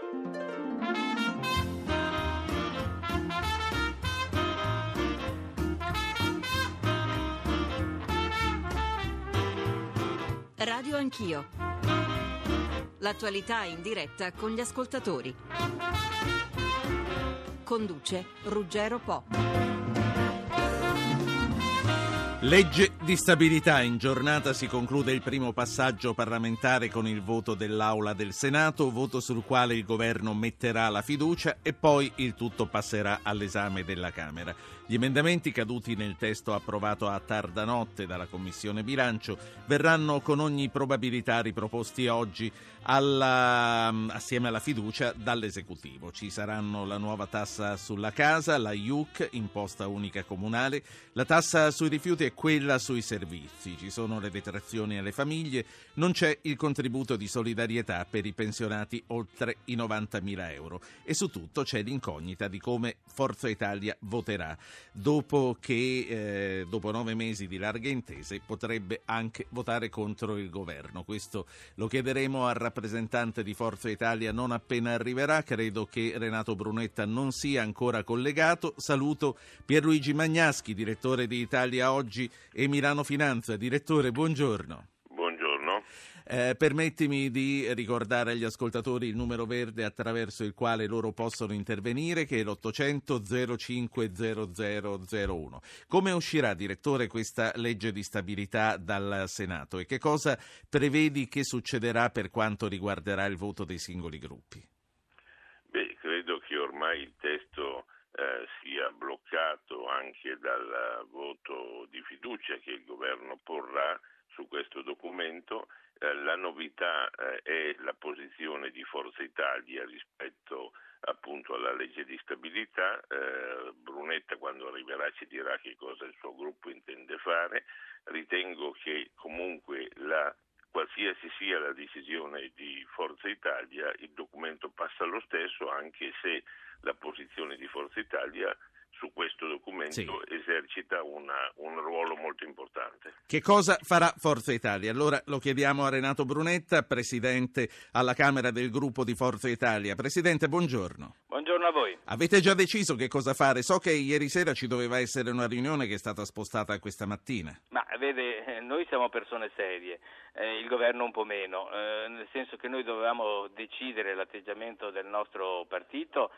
Radio Anch'io. L'attualità in diretta con gli ascoltatori. Conduce Ruggero Po. Legge di stabilità. In giornata si conclude il primo passaggio parlamentare con il voto dell'Aula del Senato, voto sul quale il governo metterà la fiducia e poi il tutto passerà all'esame della Camera. Gli emendamenti caduti nel testo approvato a tarda notte dalla Commissione Bilancio verranno con ogni probabilità riproposti oggi assieme alla fiducia dall'esecutivo. Ci saranno la nuova tassa sulla casa, la IUC, imposta unica comunale, la tassa sui rifiuti e quella sui servizi. Ci sono le detrazioni alle famiglie, non c'è il contributo di solidarietà per i pensionati oltre i 90.000 euro e su tutto c'è l'incognita di come Forza Italia voterà. Dopo 9 mesi di larghe intese potrebbe anche votare contro il governo. Questo lo chiederemo al rappresentante di Forza Italia non appena arriverà. Credo che Renato Brunetta non sia ancora collegato. Saluto Pierluigi Magnaschi, direttore di Italia Oggi e Milano Finanza. Direttore, buongiorno. Permettimi di ricordare agli ascoltatori il numero verde attraverso il quale loro possono intervenire, che è l'800 05 0001. Come uscirà, direttore, questa legge di stabilità dal Senato e che cosa prevedi che succederà per quanto riguarderà il voto dei singoli gruppi? Credo che ormai il testo sia bloccato anche dal voto di fiducia che il governo porrà su questo documento. La novità è la posizione di Forza Italia rispetto appunto alla legge di stabilità. Brunetta quando arriverà ci dirà che cosa il suo gruppo intende fare. Ritengo che comunque qualsiasi sia la decisione di Forza Italia, il documento passa lo stesso, anche se la posizione di Forza Italia su questo documento esercita un ruolo molto importante. Che cosa farà Forza Italia? Allora lo chiediamo a Renato Brunetta, presidente alla Camera del gruppo di Forza Italia. Presidente, buongiorno. Buongiorno a voi. Avete già deciso che cosa fare? So che ieri sera ci doveva essere una riunione che è stata spostata a questa mattina. Ma vede, noi siamo persone serie, il governo un po' meno, nel senso che noi dovevamo decidere l'atteggiamento del nostro partito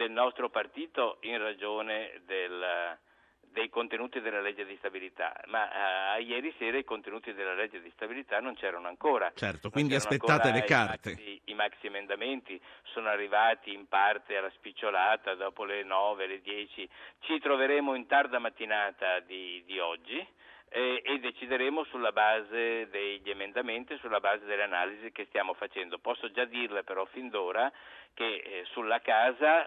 in ragione dei contenuti della legge di stabilità, ma ieri sera i contenuti della legge di stabilità non c'erano ancora. Certo, quindi aspettate le carte. I maxi emendamenti sono arrivati in parte alla spicciolata dopo le 9, le 10. Ci troveremo in tarda mattinata di oggi e decideremo sulla base degli emendamenti, sulla base delle analisi che stiamo facendo. Posso già dirle però fin d'ora che sulla casa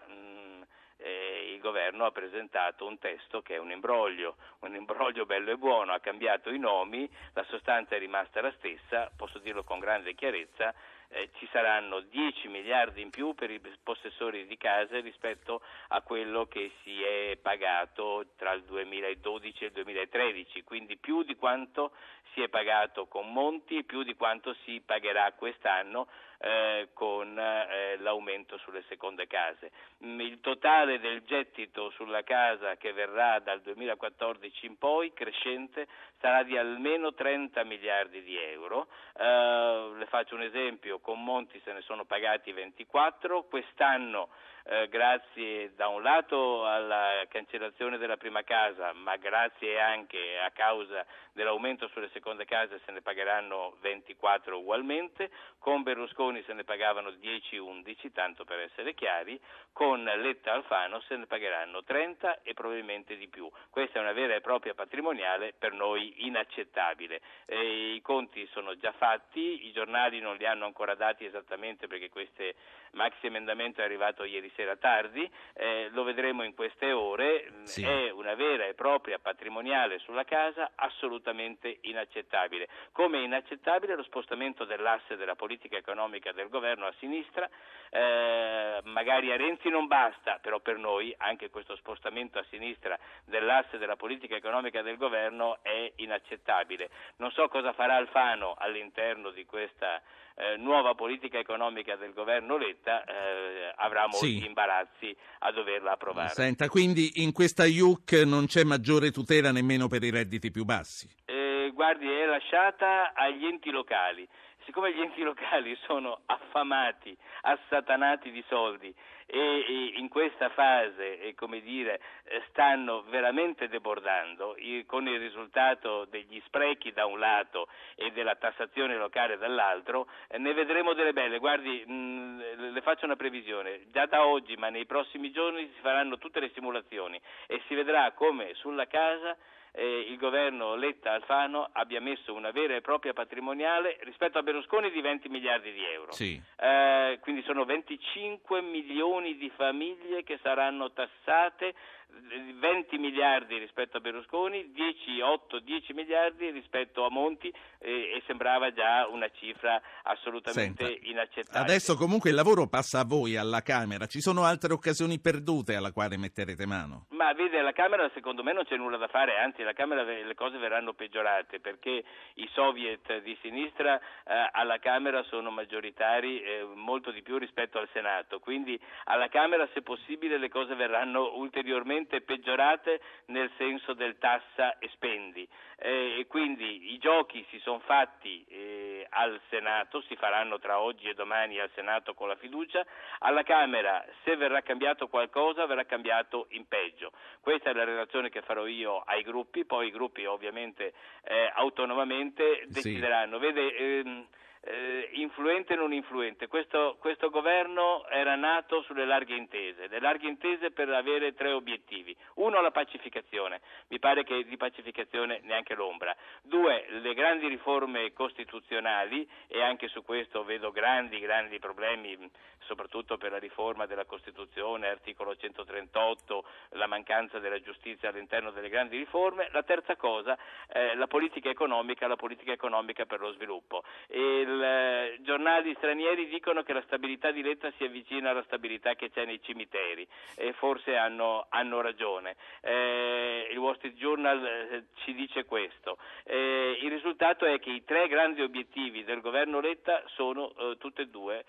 il governo ha presentato un testo che è un imbroglio bello e buono, ha cambiato i nomi, la sostanza è rimasta la stessa, posso dirlo con grande chiarezza. Ci saranno 10 miliardi in più per i possessori di case rispetto a quello che si è pagato tra il 2012 e il 2013, quindi più di quanto si è pagato con Monti e più di quanto si pagherà quest'anno con l'aumento sulle seconde case. Il totale del gettito sulla casa che verrà dal 2014 in poi, crescente, sarà di almeno 30 miliardi di euro. Le faccio un esempio, con Monti se ne sono pagati 24, quest'anno grazie da un lato alla cancellazione della prima casa, ma grazie anche a causa dell'aumento sulle seconde case se ne pagheranno 24 ugualmente, con Berlusconi se ne pagavano 10-11, tanto per essere chiari, con Letta-Alfano se ne pagheranno 30 e probabilmente di più. Questa è una vera e propria patrimoniale per noi inaccettabile. I conti sono già fatti, i giornali non li hanno ancora dati esattamente perché questo maxi emendamento è arrivato ieri sera tardi, lo vedremo in queste ore. Sì. È una vera e propria patrimoniale sulla casa assolutamente inaccettabile. Come inaccettabile lo spostamento dell'asse della politica economica del governo a sinistra, magari a Renzi non basta, però per noi anche questo spostamento a sinistra dell'asse della politica economica del governo è inaccettabile. Non so cosa farà Alfano all'interno di questa nuova politica economica del governo Letta avrà molti imbarazzi a doverla approvare. Senta, quindi in questa IUC non c'è maggiore tutela nemmeno per i redditi più bassi? Guardi, è lasciata agli enti locali. Siccome gli enti locali sono affamati, assatanati di soldi e in questa fase, stanno veramente debordando, con il risultato degli sprechi da un lato e della tassazione locale dall'altro, ne vedremo delle belle. Guardi, le faccio una previsione, già da oggi ma nei prossimi giorni si faranno tutte le simulazioni e si vedrà come sulla casa il governo Letta-Alfano abbia messo una vera e propria patrimoniale rispetto a Berlusconi di 20 miliardi di euro. Sì. Quindi sono 25 milioni di famiglie che saranno tassate, 20 miliardi rispetto a Berlusconi, 10 miliardi rispetto a Monti e sembrava già una cifra assolutamente inaccettabile. Adesso comunque il lavoro passa a voi alla Camera, ci sono altre occasioni perdute alla quale metterete mano? Ma vede, alla Camera secondo me non c'è nulla da fare, anzi alla Camera le cose verranno peggiorate perché i soviet di sinistra alla Camera sono maggioritari molto di più rispetto al Senato, quindi alla Camera se possibile le cose verranno ulteriormente peggiorate nel senso del tassa e spendi e quindi i giochi si sono fatti al Senato, si faranno tra oggi e domani al Senato con la fiducia, alla Camera se verrà cambiato qualcosa verrà cambiato in peggio. Questa è la relazione che farò io ai gruppi, poi i gruppi ovviamente autonomamente decideranno. Vede, influente o non influente, questo governo era nato sulle larghe intese, le larghe intese per avere 3 obiettivi: 1 la pacificazione, mi pare che di pacificazione neanche l'ombra; 2 le grandi riforme costituzionali e anche su questo vedo grandi problemi, soprattutto per la riforma della Costituzione, articolo 138, la mancanza della giustizia all'interno delle grandi riforme; la terza cosa la politica economica per lo sviluppo. I giornali stranieri dicono che la stabilità di Letta si avvicina alla stabilità che c'è nei cimiteri e forse hanno ragione. Il Wall Street Journal ci dice questo. Il risultato è che i 3 grandi obiettivi del governo Letta sono tutte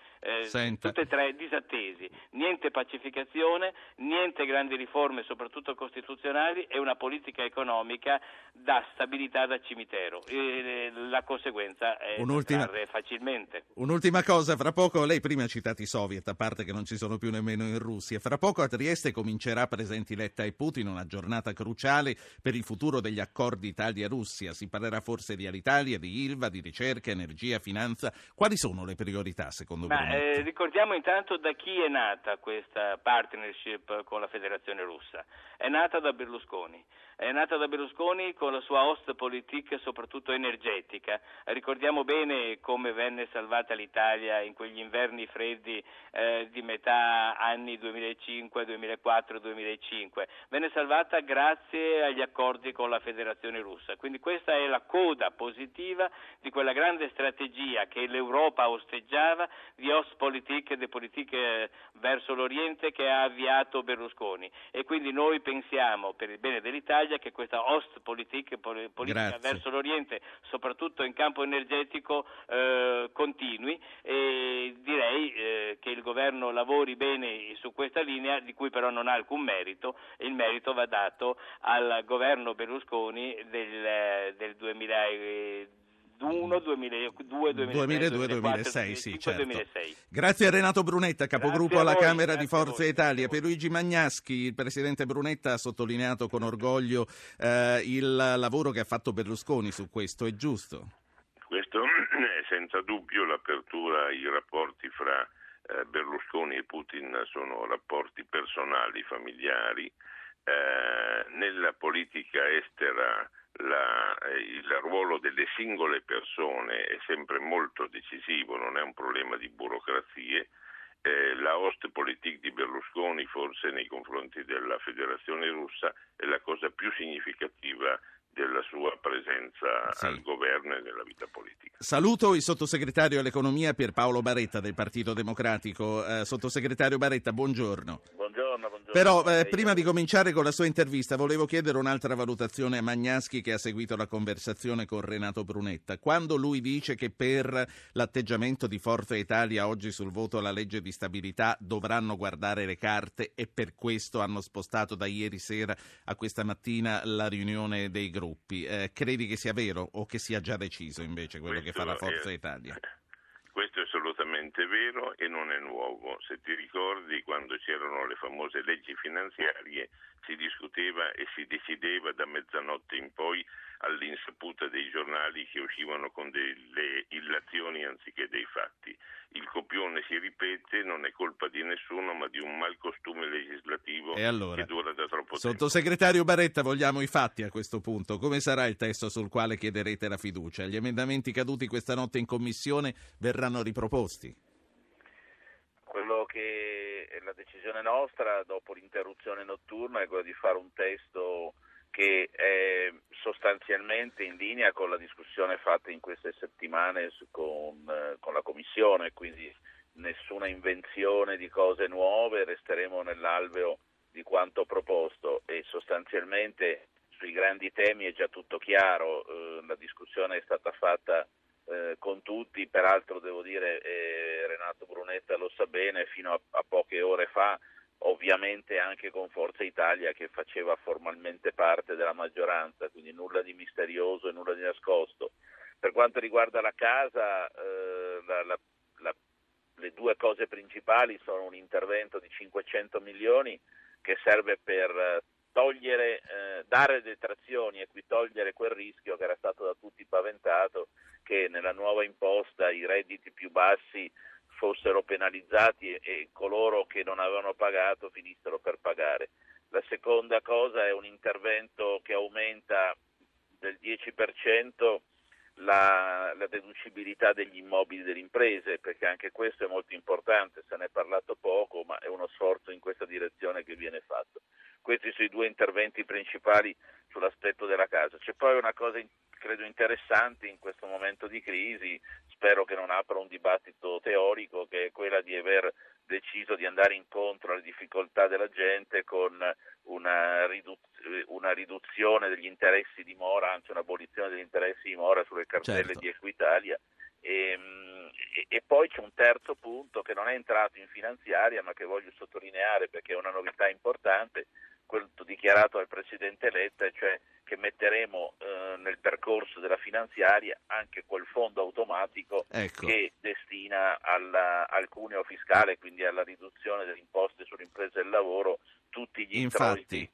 e tre disattesi: niente pacificazione, niente grandi riforme soprattutto costituzionali e una politica economica da stabilità da cimitero. La conseguenza è facilmente. Un'ultima cosa, fra poco, lei prima ha citato i soviet, a parte che non ci sono più nemmeno in Russia, fra poco a Trieste comincerà, presenti Letta e Putin, una giornata cruciale per il futuro degli accordi Italia-Russia. Si parlerà forse di Alitalia, di Ilva, di ricerca, energia, finanza. Quali sono le priorità secondo voi? Ricordiamo intanto da chi è nata questa partnership con la Federazione Russa. È nata da Berlusconi. È nata da Berlusconi con la sua Ostpolitik soprattutto energetica. Ricordiamo bene come venne salvata l'Italia in quegli inverni freddi di metà anni 2005, 2004, 2005. Venne salvata grazie agli accordi con la Federazione Russa. Quindi questa è la coda positiva di quella grande strategia che l'Europa osteggiava di Ostpolitik, di politiche verso l'Oriente che ha avviato Berlusconi. E quindi noi pensiamo, per il bene dell'Italia, che questa Ostpolitik, politica verso l'Oriente, soprattutto in campo energetico, continui, e direi che il governo lavori bene su questa linea, di cui però non ha alcun merito, e il merito va dato al governo Berlusconi del 2002-2006, sì, certo. 2006. Grazie a Renato Brunetta, capogruppo alla Camera di Forza Italia. Pierluigi Magnaschi, il presidente Brunetta ha sottolineato con orgoglio il lavoro che ha fatto Berlusconi su questo, è giusto? Questo è senza dubbio l'apertura, i rapporti fra Berlusconi e Putin sono rapporti personali, familiari. Nella politica estera il ruolo delle singole persone è sempre molto decisivo, non è un problema di burocrazie. La Ostpolitik di Berlusconi forse nei confronti della Federazione Russa è la cosa più significativa della sua presenza al governo e nella vita politica. Saluto il sottosegretario all'economia Pierpaolo Baretta del Partito Democratico. Sottosegretario Baretta, buongiorno. Buongiorno. Però prima di cominciare con la sua intervista volevo chiedere un'altra valutazione a Magnaschi, che ha seguito la conversazione con Renato Brunetta. Quando lui dice che per l'atteggiamento di Forza Italia oggi sul voto alla legge di stabilità dovranno guardare le carte e per questo hanno spostato da ieri sera a questa mattina la riunione dei gruppi, credi che sia vero o che sia già deciso invece quello che farà Forza Italia? Questo è assolutamente vero e non è nuovo. Se ti ricordi, quando c'erano le famose leggi finanziarie si discuteva e si decideva da mezzanotte in poi all'insaputa dei giornali che uscivano con delle illazioni anziché dei fatti. Il copione si ripete, non è colpa di nessuno ma di un malcostume legislativo che dura da troppo tempo. Sottosegretario Baretta, vogliamo i fatti a questo punto. Come sarà il testo sul quale chiederete la fiducia? Gli emendamenti caduti questa notte in commissione verranno riproposti? Quello che è la decisione nostra dopo l'interruzione notturna è quella di fare un testo che è sostanzialmente in linea con la discussione fatta in queste settimane con la Commissione, quindi nessuna invenzione di cose nuove, resteremo nell'alveo di quanto proposto e sostanzialmente sui grandi temi è già tutto chiaro, la discussione è stata fatta con tutti, peraltro devo dire Renato Brunetta lo sa bene, fino a poche ore fa, ovviamente anche con Forza Italia che faceva formalmente parte della maggioranza, quindi nulla di misterioso e nulla di nascosto. Per quanto riguarda la casa, le due cose principali sono un intervento di 500 milioni che serve per dare detrazioni e qui togliere quel rischio che era stato da tutti paventato, che nella nuova imposta i redditi più bassi fossero penalizzati e coloro che non avevano pagato finissero per pagare. La seconda cosa è un intervento che aumenta del 10% la deducibilità degli immobili delle imprese, perché anche questo è molto importante, se ne è parlato poco, ma è uno sforzo in questa direzione che viene fatto. Questi sono i due interventi principali sull'aspetto della casa. C'è poi una cosa credo interessante in questo momento di crisi, spero che non apra un dibattito teorico, che è quella di aver deciso di andare incontro alle difficoltà della gente con una riduzione degli interessi di mora, anzi un'abolizione degli interessi di mora sulle cartelle di Equitalia. E poi c'è un terzo punto che non è entrato in finanziaria ma che voglio sottolineare perché è una novità importante, quello dichiarato dal Presidente Letta, cioè che metteremo nel percorso della finanziaria anche quel fondo automatico che destina al cuneo fiscale, quindi alla riduzione delle imposte sulle imprese e il lavoro, tutti gli introiti.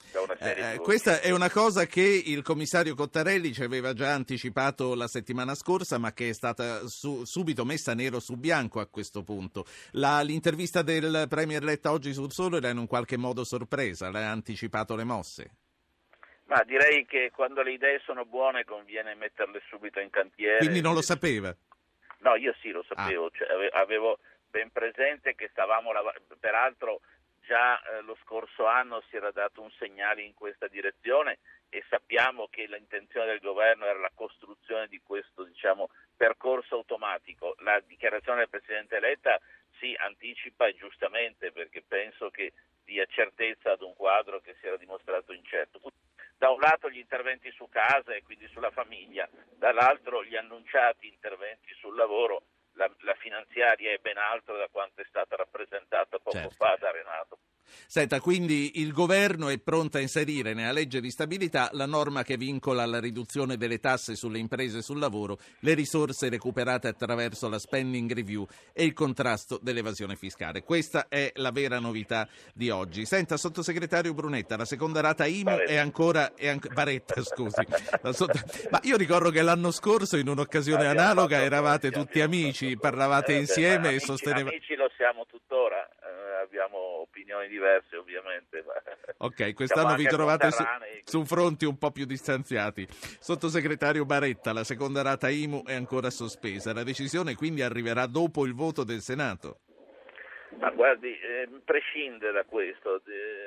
Questa è una cosa che il commissario Cottarelli ci aveva già anticipato la settimana scorsa, ma che è stata subito messa nero su bianco a questo punto. L'intervista del Premier Letta oggi sul Sole l'ha in un qualche modo sorpresa, l'ha anticipato le mosse. Ma direi che quando le idee sono buone conviene metterle subito in cantiere. Quindi non lo sapeva? No, io sì lo sapevo, cioè, avevo ben presente che stavamo peraltro già lo scorso anno si era dato un segnale in questa direzione e sappiamo che l'intenzione del governo era la costruzione di questo, percorso automatico. La dichiarazione del Presidente Letta si anticipa e giustamente, perché penso che dia certezza ad un quadro che si era dimostrato incerto. Da un lato gli interventi su casa e quindi sulla famiglia, dall'altro gli annunciati interventi sul lavoro. La finanziaria è ben altro da quanto è stata rappresentata poco fa da Renato. Senta, quindi il governo è pronto a inserire nella legge di stabilità la norma che vincola la riduzione delle tasse sulle imprese e sul lavoro, le risorse recuperate attraverso la spending review e il contrasto dell'evasione fiscale. Questa è la vera novità di oggi. Senta, sottosegretario Brunetta, la seconda rata IMU è ancora Baretta, scusi. Ma io ricordo che l'anno scorso in un'occasione analoga eravate tutti amici, parlavate insieme e sostenevate. Amici lo siamo tuttora, abbiamo opinioni diverse ovviamente. Ok, quest'anno vi trovate su fronti un po' più distanziati. Sottosegretario Baretta, la seconda rata IMU è ancora sospesa, la decisione quindi arriverà dopo il voto del Senato? Ma guardi, prescinde da questo,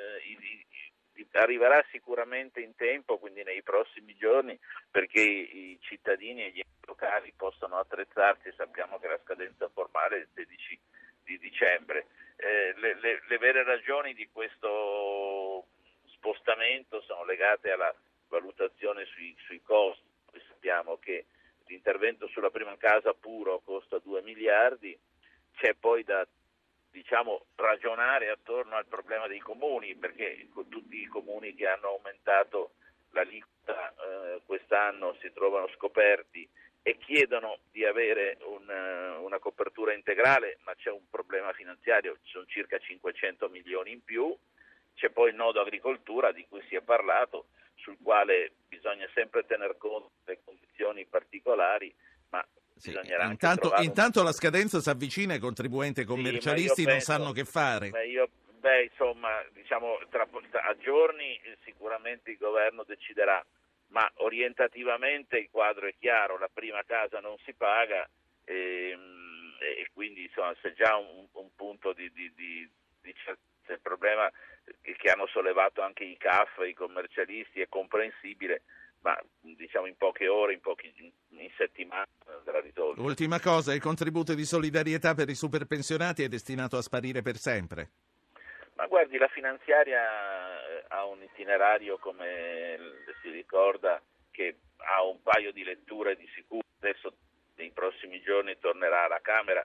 arriverà sicuramente in tempo, quindi nei prossimi giorni, perché i cittadini e gli enti locali possano attrezzarsi. Sappiamo che la scadenza formale è il 16 dicembre. Le vere ragioni di questo spostamento sono legate alla valutazione sui costi. Noi sappiamo che l'intervento sulla prima casa puro costa 2 miliardi, c'è poi da ragionare attorno al problema dei comuni, perché con tutti i comuni che hanno aumentato l'aliquota quest'anno si trovano scoperti e chiedono di avere una copertura integrale, ma c'è un problema finanziario, ci sono circa 500 milioni in più, c'è poi il nodo agricoltura di cui si è parlato, sul quale bisogna sempre tener conto delle condizioni particolari, ma sì, bisognerà intanto la scadenza si avvicina, i contribuenti e i commercialisti non sanno che fare. A giorni sicuramente il governo deciderà, ma orientativamente il quadro è chiaro, la prima casa non si paga e quindi insomma c'è già un punto di certezza. Il problema che hanno sollevato anche i CAF, i commercialisti, è comprensibile, ma in poche ore, in settimane andrà risolto. Ultima cosa, il contributo di solidarietà per i superpensionati è destinato a sparire per sempre? Ma guardi, la finanziaria ha un itinerario, come si ricorda, che ha un paio di letture di sicuro. Adesso nei prossimi giorni tornerà alla Camera.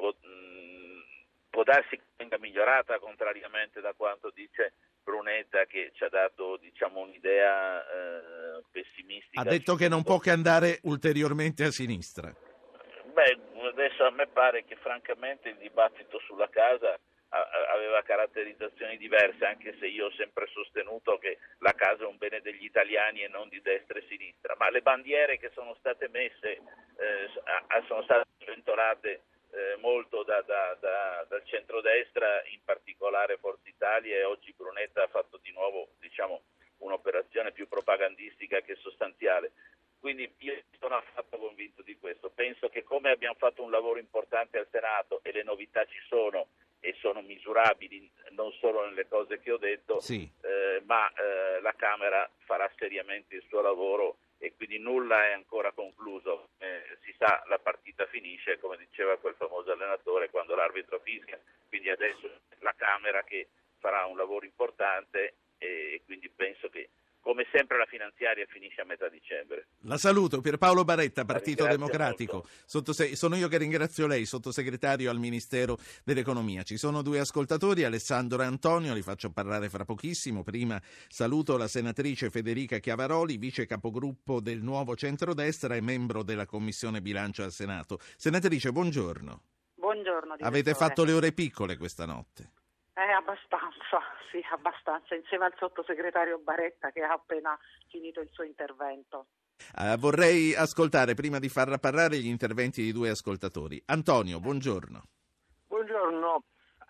Può darsi che venga migliorata, contrariamente da quanto dice Brunetta, che ci ha dato un'idea pessimistica. Ha detto che non può che andare ulteriormente a sinistra. Adesso a me pare che francamente il dibattito sulla casa aveva caratterizzazioni diverse, anche se io ho sempre sostenuto che la casa è un bene degli italiani e non di destra e sinistra, ma le bandiere che sono state messe sono state sventolate molto dal centrodestra, in particolare Forza Italia, e oggi Brunetta ha fatto di nuovo un'operazione più propagandistica che sostanziale. Quindi io sono affatto convinto di questo. Penso che, come abbiamo fatto un lavoro importante al Senato e le novità ci sono e sono misurabili non solo nelle cose che ho detto, sì, ma la Camera farà seriamente il suo lavoro e quindi nulla è ancora concluso. Si sa, la partita finisce, come diceva quel famoso allenatore, quando l'arbitro fischia. Quindi adesso la Camera che farà un lavoro importante e quindi penso che, come sempre, la finanziaria finisce a metà dicembre. La saluto, Pierpaolo Baretta, Partito Democratico. Molto. Sono io che ringrazio lei, sottosegretario al Ministero dell'Economia. Ci sono due ascoltatori, Alessandro e Antonio, li faccio parlare fra pochissimo. Prima saluto la senatrice Federica Chiavaroli, vice capogruppo del Nuovo Centrodestra e membro della Commissione Bilancio al Senato. Senatrice, buongiorno. Buongiorno. Avete fatto le ore piccole questa notte? Abbastanza, insieme al sottosegretario Baretta che ha appena finito il suo intervento. Vorrei ascoltare, prima di far parlare, gli interventi di due ascoltatori. Antonio, buongiorno. Buongiorno.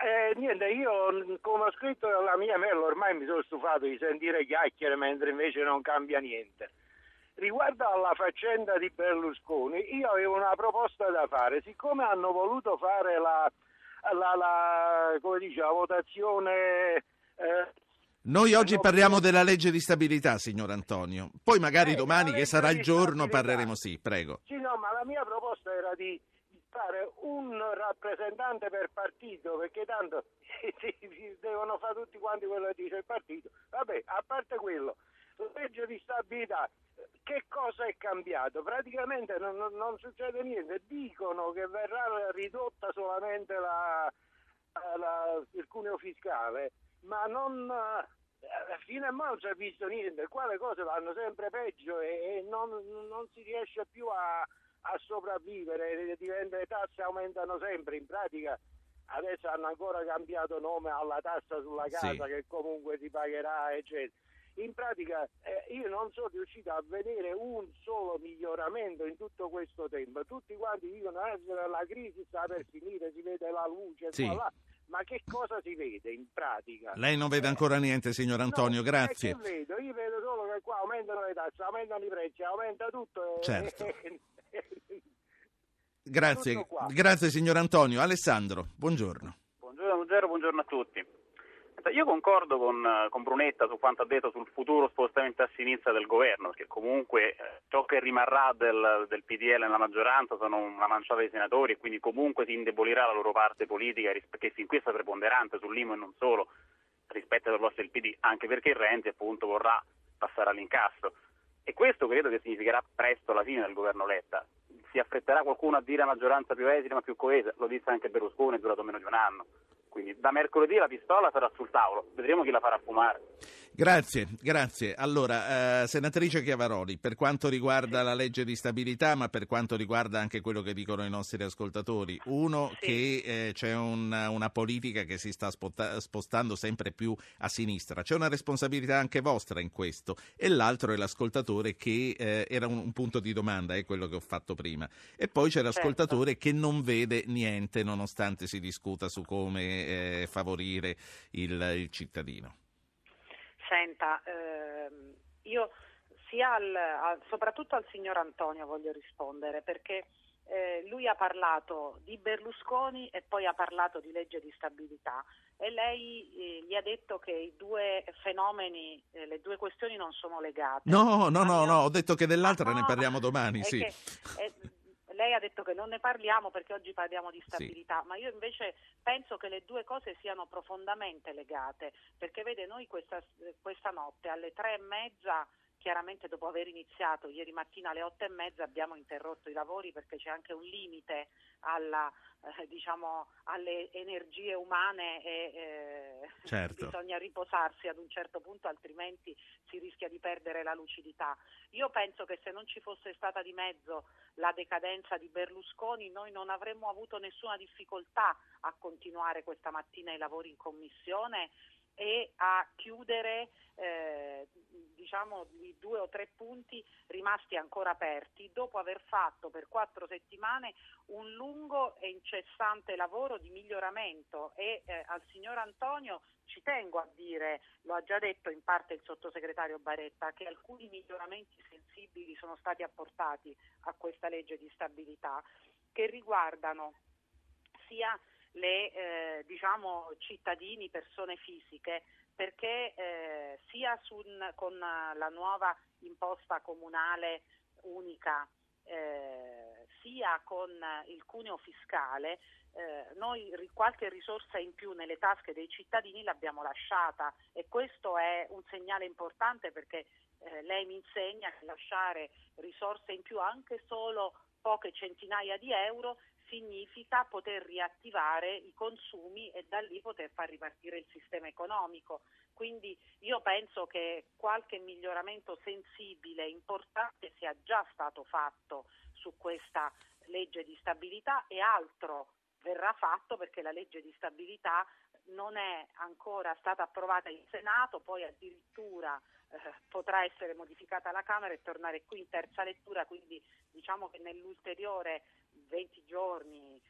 Io, come ho scritto nella mia mail, ormai mi sono stufato di sentire chiacchiere mentre invece non cambia niente. Riguardo alla faccenda di Berlusconi, io avevo una proposta da fare. Siccome hanno voluto fare la votazione. Noi oggi parliamo della legge di stabilità, signor Antonio. Poi magari domani, che sarà il giorno, parleremo. Sì, prego. Sì, no, ma la mia proposta era di fare un rappresentante per partito, perché tanto devono fare tutti quanti quello che dice il partito. Vabbè, a parte quello, la legge di stabilità, che cosa è cambiato? Praticamente non succede niente. Dicono che verrà ridotta solamente il cuneo fiscale, ma fino a ora non si è visto niente. Qua le cose vanno sempre peggio e non si riesce più a sopravvivere. Le tasse aumentano sempre. In pratica adesso hanno ancora cambiato nome alla tassa sulla casa, sì, che comunque si pagherà, eccetera. In pratica io non sono riuscito a vedere un solo miglioramento in tutto questo tempo. Tutti quanti dicono la crisi sta per finire, si vede la luce, sì, là. Ma che cosa si vede in pratica? Lei non vede ancora niente, signor Antonio, no, grazie. Io vedo solo che qua aumentano le tasse, aumentano i prezzi, aumenta tutto. Certo. Grazie signor Antonio. Alessandro, buongiorno. Buongiorno a tutti. Letta. Io concordo con Brunetta su quanto ha detto sul futuro spostamento a sinistra del governo, perché comunque ciò che rimarrà del PDL nella maggioranza sono una manciata di senatori e quindi comunque si indebolirà la loro parte politica che fin qui è preponderante sull'IMU e non solo rispetto alle proposte del PD, anche perché Renzi appunto vorrà passare all'incasso. E questo credo che significherà presto la fine del governo Letta. Si affretterà qualcuno a dire maggioranza più esile ma più coesa, lo disse anche Berlusconi, è durato meno di un anno. Quindi da mercoledì la pistola sarà sul tavolo, vedremo chi la farà fumare. Grazie. Allora, senatrice Chiavaroli, per quanto riguarda la legge di stabilità, ma per quanto riguarda anche quello che dicono i nostri ascoltatori, che c'è una politica che si sta spostando sempre più a sinistra, c'è una responsabilità anche vostra in questo, e l'altro è l'ascoltatore che era un punto di domanda, è quello che ho fatto prima, e poi c'è l'ascoltatore che non vede niente nonostante si discuta su come favorire il cittadino. Senta, io soprattutto al signor Antonio voglio rispondere, perché lui ha parlato di Berlusconi e poi ha parlato di legge di stabilità e lei gli ha detto che i due fenomeni, le due questioni non sono legate. No, ho detto che dell'altra ne parliamo domani, sì. Lei ha detto che non ne parliamo perché oggi parliamo di stabilità, ma io invece penso che le due cose siano profondamente legate, perché vede, noi questa notte alle 3:30, chiaramente dopo aver iniziato ieri mattina alle 8:30, abbiamo interrotto i lavori perché c'è anche un limite alle energie umane e bisogna riposarsi ad un certo punto, altrimenti si rischia di perdere la lucidità. Io penso che se non ci fosse stata di mezzo la decadenza di Berlusconi, noi non avremmo avuto nessuna difficoltà a continuare questa mattina i lavori in commissione e a chiudere i 2 o 3 punti rimasti ancora aperti, dopo aver fatto per 4 settimane un lungo e incessante lavoro di miglioramento. E al signor Antonio ci tengo a dire, lo ha già detto in parte il sottosegretario Baretta, che alcuni miglioramenti sensibili sono stati apportati a questa legge di stabilità, che riguardano sia le cittadini, persone fisiche, perché sia con la nuova imposta comunale unica sia con il cuneo fiscale, noi qualche risorsa in più nelle tasche dei cittadini l'abbiamo lasciata, e questo è un segnale importante, perché lei mi insegna che lasciare risorse in più, anche solo poche centinaia di euro, significa poter riattivare i consumi e da lì poter far ripartire il sistema economico. Quindi io penso che qualche miglioramento sensibile, importante, sia già stato fatto su questa legge di stabilità, e altro verrà fatto, perché la legge di stabilità non è ancora stata approvata in Senato, poi addirittura potrà essere modificata alla Camera e tornare qui in terza lettura, quindi diciamo che negli ulteriori 20 giorni,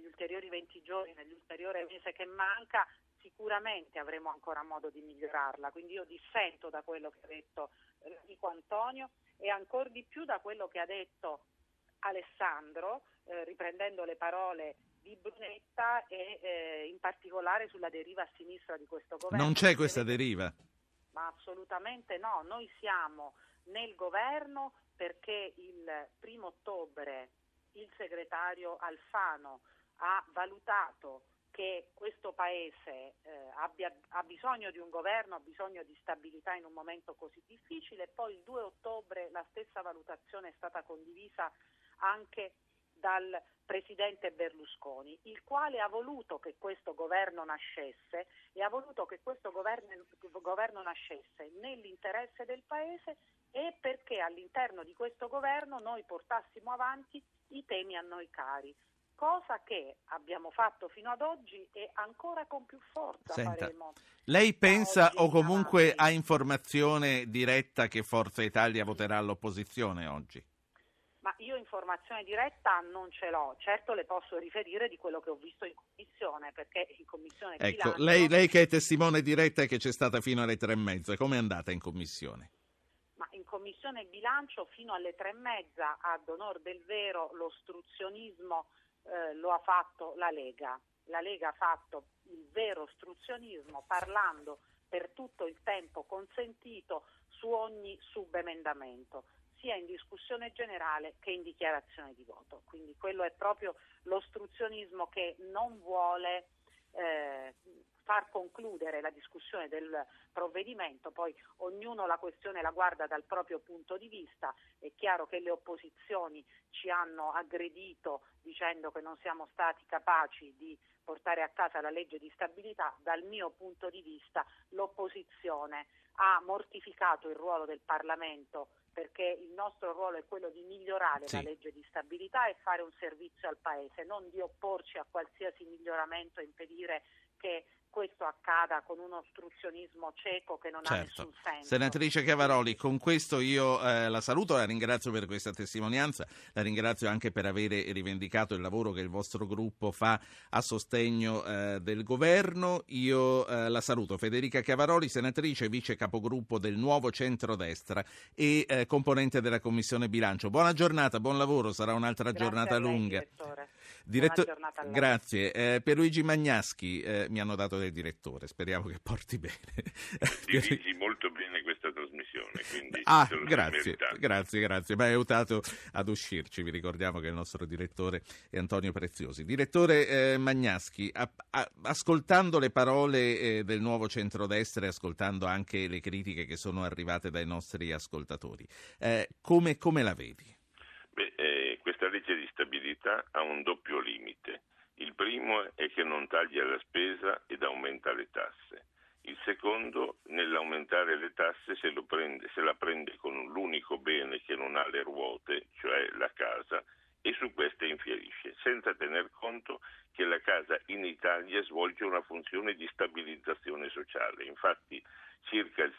nell'ulteriore mese che manca, sicuramente avremo ancora modo di migliorarla. Quindi io dissento da quello che ha detto l'amico Antonio, e ancor di più da quello che ha detto Alessandro, riprendendo le parole di Brunetta, e in particolare sulla deriva a sinistra di questo governo. Non c'è questa deriva? Ma assolutamente no, noi siamo nel governo perché il 1° ottobre il segretario Alfano ha valutato che questo Paese ha bisogno di un governo, ha bisogno di stabilità in un momento così difficile, e poi il 2 ottobre la stessa valutazione è stata condivisa anche dal presidente Berlusconi, il quale ha voluto che questo governo nascesse, e ha voluto che questo governo nascesse nell'interesse del Paese, e perché all'interno di questo governo noi portassimo avanti i temi a noi cari, cosa che abbiamo fatto fino ad oggi e ancora con più forza faremo. Lei pensa, o comunque ha informazione diretta, che Forza Italia voterà all'opposizione oggi? Ma io informazione diretta non ce l'ho, certo le posso riferire di quello che ho visto in commissione, perché in commissione bilancio... lei che è testimone diretta e che c'è stata fino alle 3:30, com'è andata in commissione? Ma in commissione bilancio fino alle 3:30, ad onor del vero, l'ostruzionismo lo ha fatto la Lega, la Lega ha fatto il vero ostruzionismo parlando per tutto il tempo consentito su ogni subemendamento, sia in discussione generale che in dichiarazione di voto. Quindi quello è proprio l'ostruzionismo che non vuole far concludere la discussione del provvedimento. Poi ognuno la questione la guarda dal proprio punto di vista. È chiaro che le opposizioni ci hanno aggredito dicendo che non siamo stati capaci di portare a casa la legge di stabilità. Dal mio punto di vista l'opposizione ha mortificato il ruolo del Parlamento, perché il nostro ruolo è quello di migliorare la legge di stabilità e fare un servizio al Paese, non di opporci a qualsiasi miglioramento e impedire che questo accada con un ostruzionismo cieco che non ha nessun senso. Senatrice Chiavaroli, con questo io la saluto, la ringrazio per questa testimonianza, la ringrazio anche per avere rivendicato il lavoro che il vostro gruppo fa a sostegno del governo. Io la saluto, Federica Chiavaroli, senatrice, vice capogruppo del Nuovo Centrodestra e componente della Commissione Bilancio. Buona giornata, buon lavoro, sarà un'altra giornata lunga. Grazie. Pierluigi Magnaschi, mi hanno dato del direttore, speriamo che porti bene. Dirigi molto bene questa trasmissione, quindi grazie, mi hai aiutato ad uscirci. Vi ricordiamo che il nostro direttore è Antonio Preziosi. Direttore Magnaschi, ascoltando le parole del Nuovo Centrodestra e ascoltando anche le critiche che sono arrivate dai nostri ascoltatori, come la vedi? Questa legge di stabilità ha un doppio limite. Il primo è che non taglia la spesa ed aumenta le tasse. Il secondo, nell'aumentare le tasse, se la prende con l'unico bene che non ha le ruote, cioè la casa, e su queste infierisce, senza tener conto che la casa in Italia svolge una funzione di stabilizzazione sociale. Infatti circa il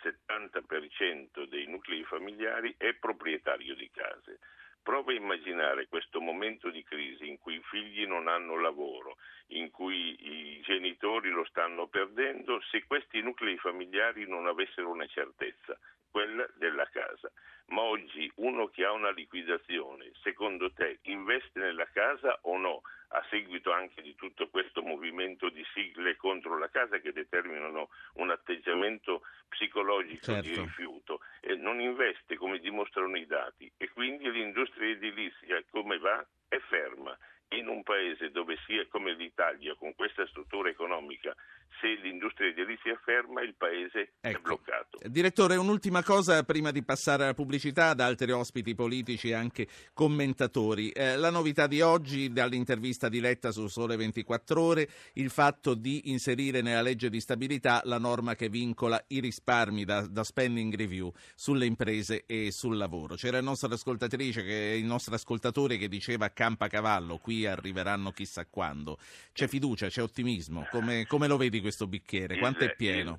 70% dei nuclei familiari è proprietario di case. Prova a immaginare questo momento di crisi in cui i figli non hanno lavoro, in cui i genitori lo stanno perdendo, se questi nuclei familiari non avessero una certezza, quella della casa. Ma oggi uno che ha una liquidazione, secondo te, investe nella casa o no? A seguito anche di tutto questo movimento di sigle contro la casa che determinano un atteggiamento psicologico di rifiuto, non investe come dimostrano i dati, e quindi l'industria edilizia come va? È ferma. In un paese dove sia come l'Italia, con questa struttura economica, se l'industria edilizia è ferma, il paese è bloccato. Direttore, un'ultima cosa prima di passare alla pubblicità ad altri ospiti politici e anche commentatori. La novità di oggi, dall'intervista di Letta su Sole 24 Ore, il fatto di inserire nella legge di stabilità la norma che vincola i risparmi da spending review sulle imprese e sul lavoro. C'era il nostro ascoltatore che diceva campa-cavallo, qui arriveranno chissà quando. C'è fiducia, c'è ottimismo. Come lo vedi questo bicchiere? Quanto è pieno?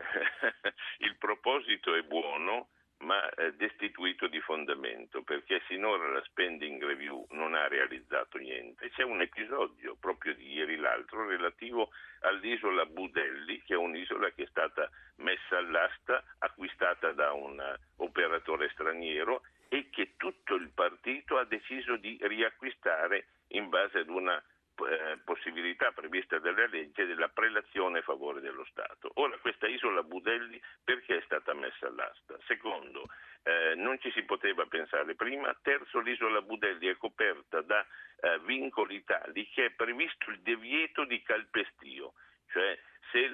Il proposito è buono, ma destituito di fondamento, perché sinora la spending review non ha realizzato niente. C'è un episodio proprio di ieri l'altro relativo all'isola Budelli, che è un'isola che è stata messa all'asta, acquistata da un operatore straniero e che tutto il partito ha deciso di riacquistare in base ad una possibilità prevista dalla legge della prelazione a favore dello Stato. Ora, questa isola Budelli perché è stata messa all'asta? Secondo, non ci si poteva pensare prima. Terzo, l'isola Budelli è coperta da vincoli tali che è previsto il divieto di calpestio, cioè se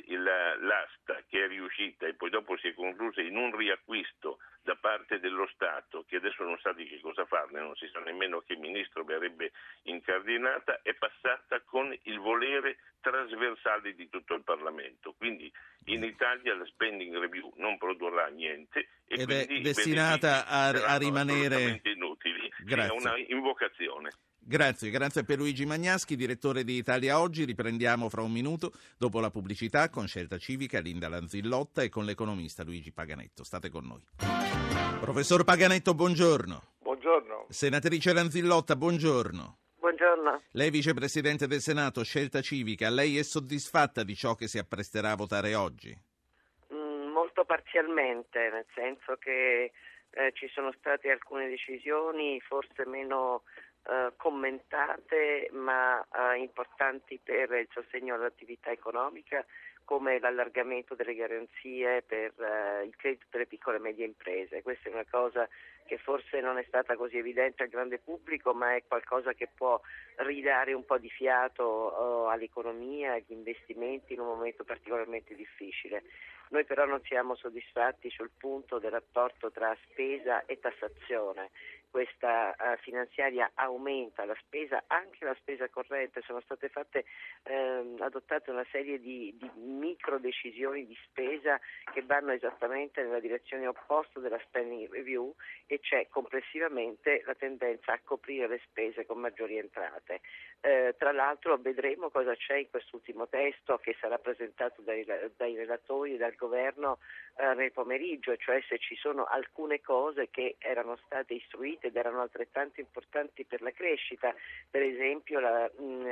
l'asta che è riuscita e poi dopo si è conclusa in un riacquisto da parte dello Stato, che adesso non sa di che cosa farne, non si sa nemmeno che ministro verrebbe incardinata, è passata con il volere trasversale di tutto il Parlamento. Quindi in Italia la spending review non produrrà niente ed è destinata a rimanere assolutamente inutili. È una invocazione. Grazie a Pierluigi Magnaschi, direttore di Italia Oggi. Riprendiamo fra un minuto dopo la pubblicità con Scelta Civica, Linda Lanzillotta e con l'economista Luigi Paganetto. State con noi. Professor Paganetto, buongiorno. Buongiorno. Senatrice Lanzillotta, buongiorno. Buongiorno. Lei vicepresidente del Senato, Scelta Civica, lei è soddisfatta di ciò che si appresterà a votare oggi? Molto parzialmente, nel senso che ci sono state alcune decisioni forse meno commentate ma importanti per il sostegno all'attività economica, come l'allargamento delle garanzie per il credito delle piccole e medie imprese. Questa è una cosa che forse non è stata così evidente al grande pubblico, ma è qualcosa che può ridare un po' di fiato all'economia, agli investimenti in un momento particolarmente difficile. Noi però non siamo soddisfatti sul punto del rapporto tra spesa e tassazione. Questa finanziaria aumenta la spesa, anche la spesa corrente. Sono state adottate una serie di micro decisioni di spesa che vanno esattamente nella direzione opposta della spending review, e c'è complessivamente la tendenza a coprire le spese con maggiori entrate. Tra l'altro vedremo cosa c'è in quest'ultimo testo che sarà presentato dai relatori e dal governo nel pomeriggio, e cioè se ci sono alcune cose che erano state istruite ed erano altrettanto importanti per la crescita, per esempio la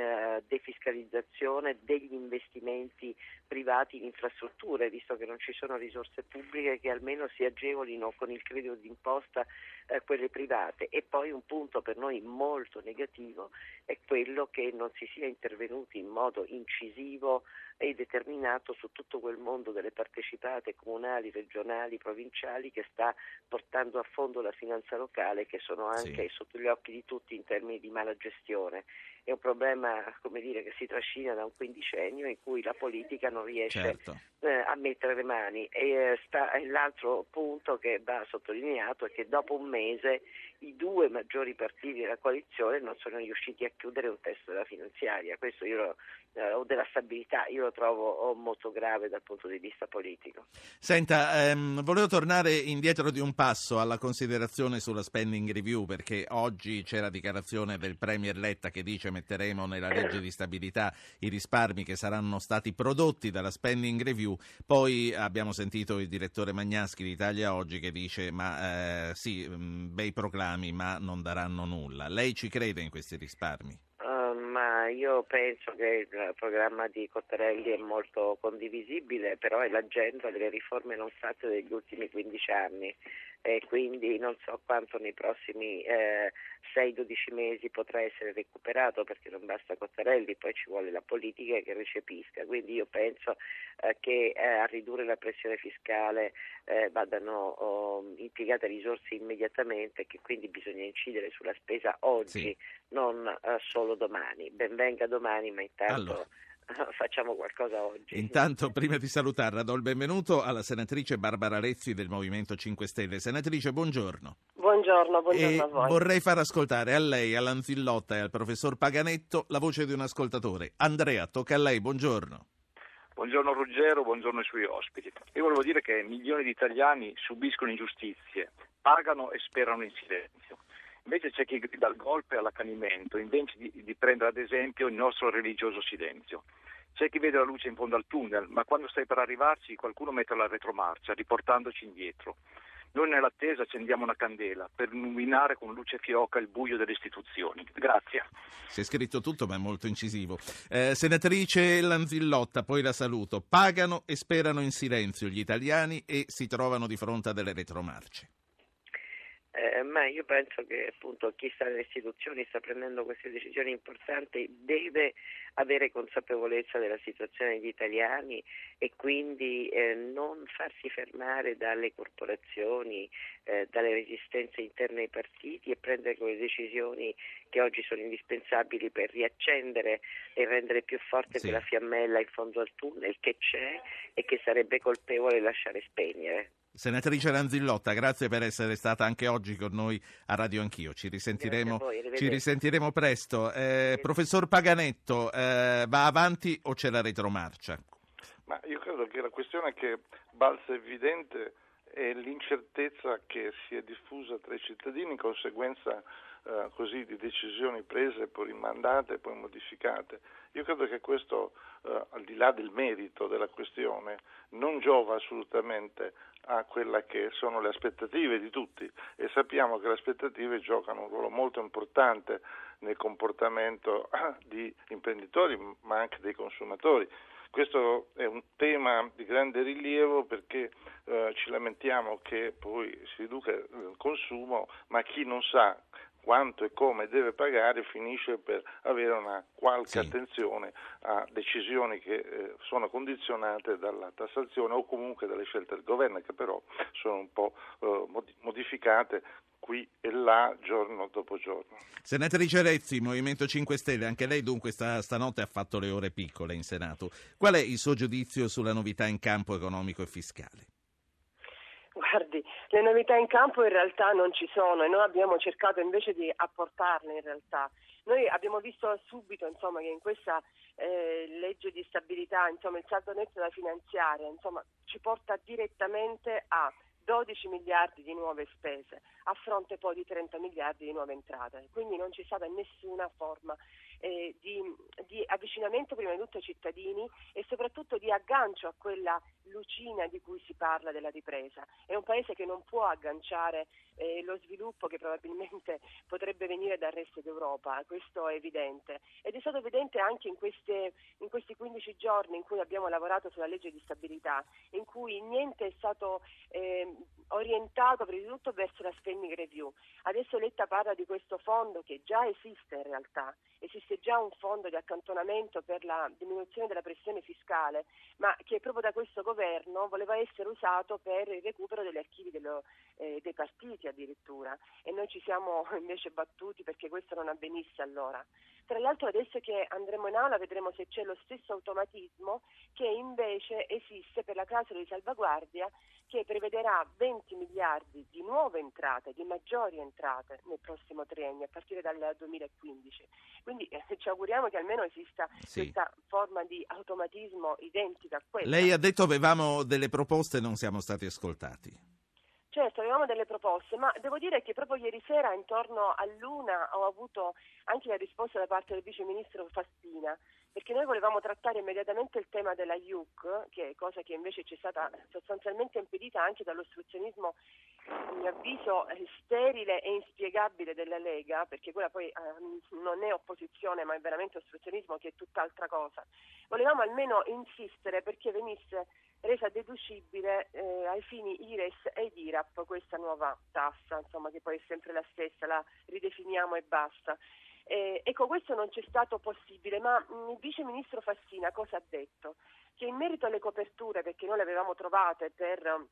defiscalizzazione degli investimenti privati in infrastrutture, visto che non ci sono risorse pubbliche che almeno si agevolino con il credito d'imposta quelle private. E poi un punto per noi molto negativo è quello che non si sia intervenuti in modo incisivo e determinato su tutto quel mondo delle partecipate comunali, regionali, provinciali, che sta portando a fondo la finanza locale, che sono anche sotto gli occhi di tutti in termini di mala gestione. È un problema, che si trascina da un quindicennio in cui la politica non riesce a mettere le mani. E l'altro punto che va sottolineato è che dopo un mese i due maggiori partiti della coalizione non sono riusciti a chiudere un testo della finanziaria. Questo o della stabilità, io lo trovo molto grave dal punto di vista politico. Senta, volevo tornare indietro di un passo alla considerazione sulla spending review, perché oggi c'è la dichiarazione del Premier Letta che dice: metteremo nella legge di stabilità i risparmi che saranno stati prodotti dalla spending review. Poi abbiamo sentito il direttore Magnaschi di Italia Oggi che dice bei proclami ma non daranno nulla. Lei ci crede in questi risparmi? Ma io penso che il programma di Cottarelli è molto condivisibile, però è l'agenda delle riforme non fatte degli ultimi 15 anni, e quindi non so quanto nei prossimi 6-12 mesi potrà essere recuperato, perché non basta Cottarelli, poi ci vuole la politica che recepisca. Quindi io penso che a ridurre la pressione fiscale vadano impiegate risorse immediatamente, e che quindi bisogna incidere sulla spesa oggi, non solo domani. Ben venga domani, ma intanto facciamo qualcosa oggi. Intanto, prima di salutarla, do il benvenuto alla senatrice Barbara Lezzi del Movimento 5 Stelle. Senatrice, buongiorno. Buongiorno a voi. Vorrei far ascoltare a lei, all'Anzillotta e al professor Paganetto la voce di un ascoltatore. Andrea, tocca a lei, buongiorno. Buongiorno Ruggero, buongiorno ai suoi ospiti. Io volevo dire che milioni di italiani subiscono ingiustizie, pagano e sperano in silenzio. Invece c'è chi grida al golpe e all'accanimento, invece di prendere ad esempio il nostro religioso silenzio. C'è chi vede la luce in fondo al tunnel, ma quando stai per arrivarci qualcuno mette la retromarcia, riportandoci indietro. Noi nell'attesa accendiamo una candela per illuminare con luce fioca il buio delle istituzioni. Grazie. Si è scritto tutto, ma è molto incisivo. Senatrice Lanzillotta, poi la saluto. Pagano e sperano in silenzio gli italiani e si trovano di fronte a delle retromarce. Ma io penso che appunto chi sta nelle istituzioni, sta prendendo queste decisioni importanti, deve avere consapevolezza della situazione degli italiani e quindi non farsi fermare dalle corporazioni, dalle resistenze interne ai partiti, e prendere quelle decisioni che oggi sono indispensabili per riaccendere e rendere più forte quella fiammella in fondo al tunnel che c'è e che sarebbe colpevole lasciare spegnere. Senatrice Lanzillotta, grazie per essere stata anche oggi con noi a Radio Anch'io. Ci risentiremo presto. Professor Paganetto, va avanti o c'è la retromarcia? Ma io credo che la questione che balza evidente è l'incertezza che si è diffusa tra i cittadini in conseguenza così di decisioni prese, poi rimandate, poi modificate. Io credo che questo, al di là del merito della questione, non giova assolutamente a quella che sono le aspettative di tutti, e sappiamo che le aspettative giocano un ruolo molto importante nel comportamento di imprenditori ma anche dei consumatori. Questo è un tema di grande rilievo perché ci lamentiamo che poi si riduca il consumo, ma chi non sa quanto e come deve pagare, finisce per avere una qualche attenzione a decisioni che sono condizionate dalla tassazione o comunque dalle scelte del governo, che però sono un po' modificate qui e là, giorno dopo giorno. Senatrice Rezzi, Movimento 5 Stelle, anche lei dunque stanotte ha fatto le ore piccole in Senato. Qual è il suo giudizio sulla novità in campo economico e fiscale? Guardi, le novità in campo in realtà non ci sono e noi abbiamo cercato invece di apportarle in realtà. Noi abbiamo visto subito che in questa legge di stabilità il saldo netto da finanziare ci porta direttamente a 12 miliardi di nuove spese a fronte poi di 30 miliardi di nuove entrate, quindi non c'è stata nessuna forma di avvicinamento prima di tutto ai cittadini e soprattutto di aggancio a quella lucina di cui si parla della ripresa. È un paese che non può agganciare lo sviluppo che probabilmente potrebbe venire dal resto d'Europa, questo è evidente ed è stato evidente anche in questi 15 giorni in cui abbiamo lavorato sulla legge di stabilità, in cui niente è stato orientato prima di tutto verso la spending review. Adesso Letta parla di questo fondo che già esiste in realtà, esiste già un fondo di accantonamento per la diminuzione della pressione fiscale, ma che proprio da questo governo voleva essere usato per il recupero degli archivi dei partiti addirittura, e noi ci siamo invece battuti perché questo non avvenisse allora. Tra l'altro adesso che andremo in aula vedremo se c'è lo stesso automatismo che invece esiste per la clausola di salvaguardia, che prevederà 20 miliardi di nuove entrate, di maggiori entrate nel prossimo triennio a partire dal 2015. Quindi ci auguriamo che almeno esista questa forma di automatismo identica a quella. Lei ha detto avevamo delle proposte e non siamo stati ascoltati. Certo, avevamo delle proposte, ma devo dire che proprio ieri sera intorno all'una ho avuto anche la risposta da parte del vice ministro Fassina, perché noi volevamo trattare immediatamente il tema della IUC, che è cosa che invece ci è stata sostanzialmente impedita anche dall'ostruzionismo, a mio avviso, sterile e inspiegabile della Lega, perché quella poi non è opposizione ma è veramente ostruzionismo, che è tutt'altra cosa. Volevamo almeno insistere perché venisse resa deducibile ai fini IRES ed IRAP questa nuova tassa, che poi è sempre la stessa, la ridefiniamo e basta. Ecco, questo non c'è stato possibile, ma il vice ministro Fassina cosa ha detto? Che in merito alle coperture, perché noi le avevamo trovate per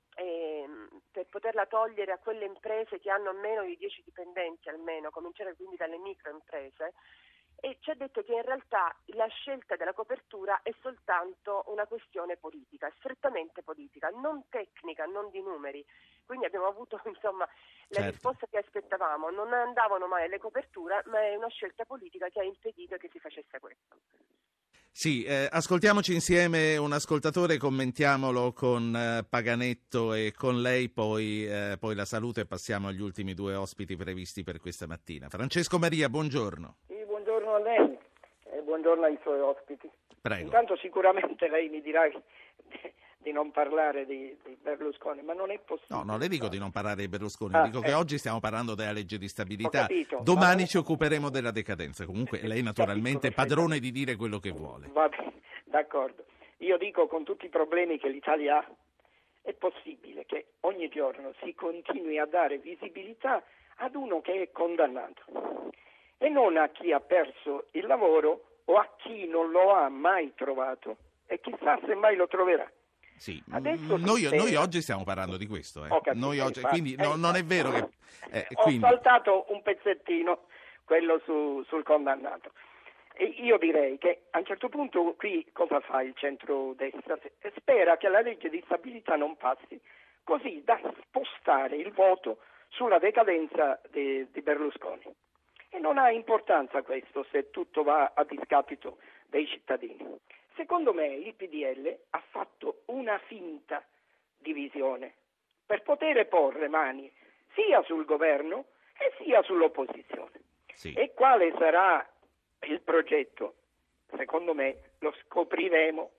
poterla togliere a quelle imprese che hanno meno di 10 dipendenti almeno, cominciare quindi dalle microimprese, e ci ha detto che in realtà la scelta della copertura è soltanto una questione politica, strettamente politica, non tecnica, non di numeri. Quindi abbiamo avuto la risposta che aspettavamo, non andavano mai alle coperture, ma è una scelta politica che ha impedito che si facesse questo. Sì, ascoltiamoci insieme un ascoltatore, commentiamolo con Paganetto e con lei, poi la salute e passiamo agli ultimi due ospiti previsti per questa mattina. Francesco Maria, buongiorno. Sì, buongiorno a lei e buongiorno ai suoi ospiti. Prego. Intanto sicuramente lei mi dirà di non parlare di Berlusconi, ma non è possibile. No, non le dico di non parlare di Berlusconi, dico che oggi stiamo parlando della legge di stabilità, capito, domani ci occuperemo della decadenza, comunque lei naturalmente è padrone di dire quello che vuole. Va bene, d'accordo. Io dico, con tutti i problemi che l'Italia ha, è possibile che ogni giorno si continui a dare visibilità ad uno che è condannato e non a chi ha perso il lavoro o a chi non lo ha mai trovato e chissà se mai lo troverà. Sì, noi oggi stiamo parlando di questo, noi oggi, quindi non è vero che... Ho saltato un pezzettino, quello sul condannato. E io direi che a un certo punto qui cosa fa il centrodestra? Spera che la legge di stabilità non passi, così da spostare il voto sulla decadenza di Berlusconi. E non ha importanza questo se tutto va a discapito dei cittadini. Secondo me il PDL ha fatto una finta divisione per poter porre mani sia sul governo e sia sull'opposizione. Sì. E quale sarà il progetto? Secondo me lo scopriremo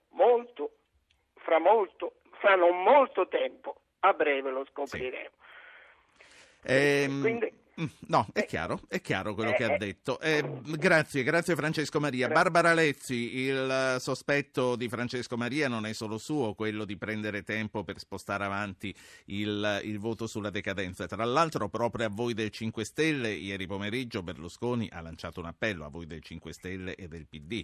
fra non molto tempo, a breve lo scopriremo. Quindi... No, è chiaro quello che ha detto. Grazie Francesco Maria. Barbara Lezzi, il sospetto di Francesco Maria non è solo suo, quello di prendere tempo per spostare avanti il voto sulla decadenza. Tra l'altro, proprio a voi del 5 Stelle, ieri pomeriggio Berlusconi ha lanciato un appello a voi del 5 Stelle e del PD.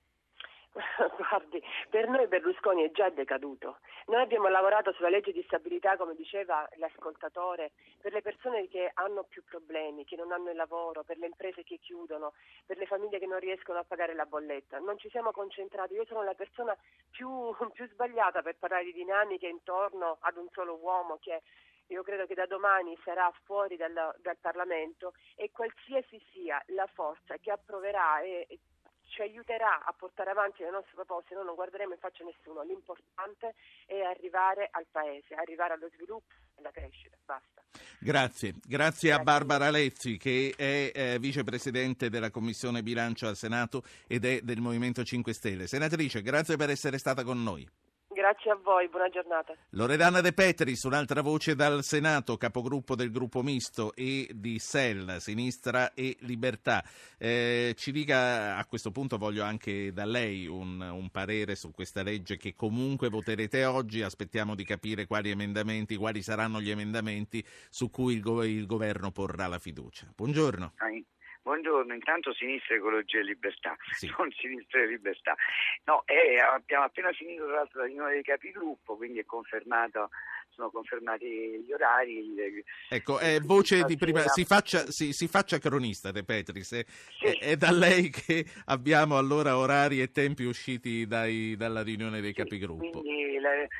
Guardi, per noi Berlusconi è già decaduto. Noi abbiamo lavorato sulla legge di stabilità, come diceva l'ascoltatore, per le persone che hanno più problemi, che non hanno il lavoro, per le imprese che chiudono, per le famiglie che non riescono a pagare la bolletta. Non ci siamo concentrati. Io sono la persona più sbagliata per parlare di dinamiche intorno ad un solo uomo che io credo che da domani sarà fuori dal Parlamento, e qualsiasi sia la forza che approverà e ci aiuterà a portare avanti le nostre proposte, noi non guarderemo in faccia a nessuno. L'importante è arrivare al Paese, arrivare allo sviluppo e alla crescita. Basta. Grazie a Barbara Lezzi, che è vicepresidente della Commissione Bilancio al Senato ed è del Movimento 5 Stelle. Senatrice, grazie per essere stata con noi. Grazie a voi, buona giornata. Loredana De Petris, un'altra voce dal Senato, capogruppo del gruppo misto e di SEL, Sinistra e Libertà. Ci dica, a questo punto voglio anche da lei un parere su questa legge che comunque voterete oggi. Aspettiamo di capire quali saranno gli emendamenti su cui il governo porrà la fiducia. Buongiorno. Buongiorno, intanto Sinistra, Ecologia e Libertà, sì. Non Sinistra e Libertà. No, abbiamo appena finito tra l'altro la riunione dei capigruppo, quindi sono confermati gli orari. Ecco, voce di prima, si faccia cronista, De Petris, è da lei che abbiamo allora orari e tempi usciti dalla riunione dei capigruppo. Quindi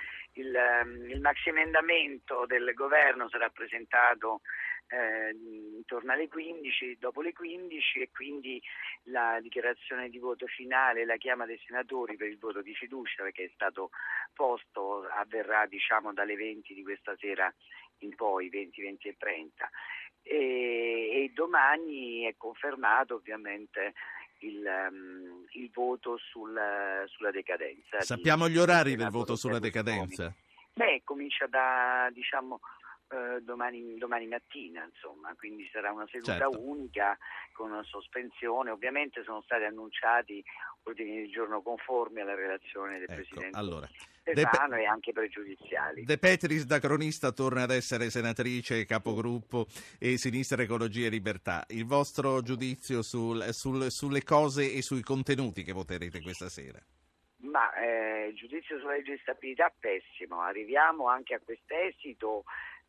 il maxiemendamento del governo sarà presentato intorno alle 15, dopo le 15, e quindi la dichiarazione di voto finale, la chiama dei senatori per il voto di fiducia, perché è stato posto, avverrà dalle 20 di questa sera in poi, 20 e 30, e domani è confermato ovviamente il voto sulla decadenza. Sappiamo gli orari del voto sulla decadenza? Comincia da domani mattina, insomma, quindi sarà una seduta unica con una sospensione. Ovviamente sono stati annunciati ordini del giorno conformi alla relazione del Presidente Stefano e anche pregiudiziali. De Petris, da cronista, torna ad essere senatrice, capogruppo e Sinistra, Ecologia e Libertà. Il vostro giudizio sulle cose e sui contenuti che voterete questa sera? Il giudizio sulla legge di stabilità pessimo. Arriviamo anche a quest'esito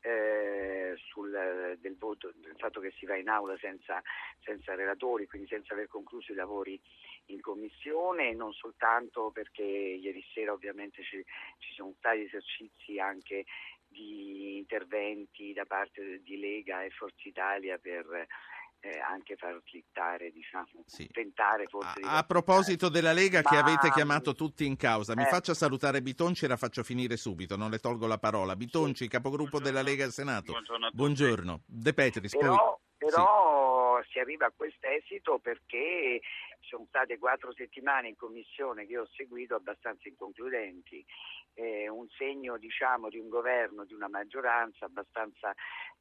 del voto, del fatto che si va in aula senza relatori, quindi senza aver concluso i lavori in commissione, non soltanto perché ieri sera ovviamente ci sono stati esercizi anche di interventi da parte di Lega e Forza Italia per anche far slittare, tentare forse di... A proposito della Lega che avete chiamato tutti in causa, mi faccia salutare Bitonci e la faccio finire subito, non le tolgo la parola. Bitonci, capogruppo della Lega al Senato. Buongiorno. De Petris, però si arriva a quest'esito perché sono state 4 settimane in commissione che ho seguito abbastanza inconcludenti, un segno di un governo, di una maggioranza abbastanza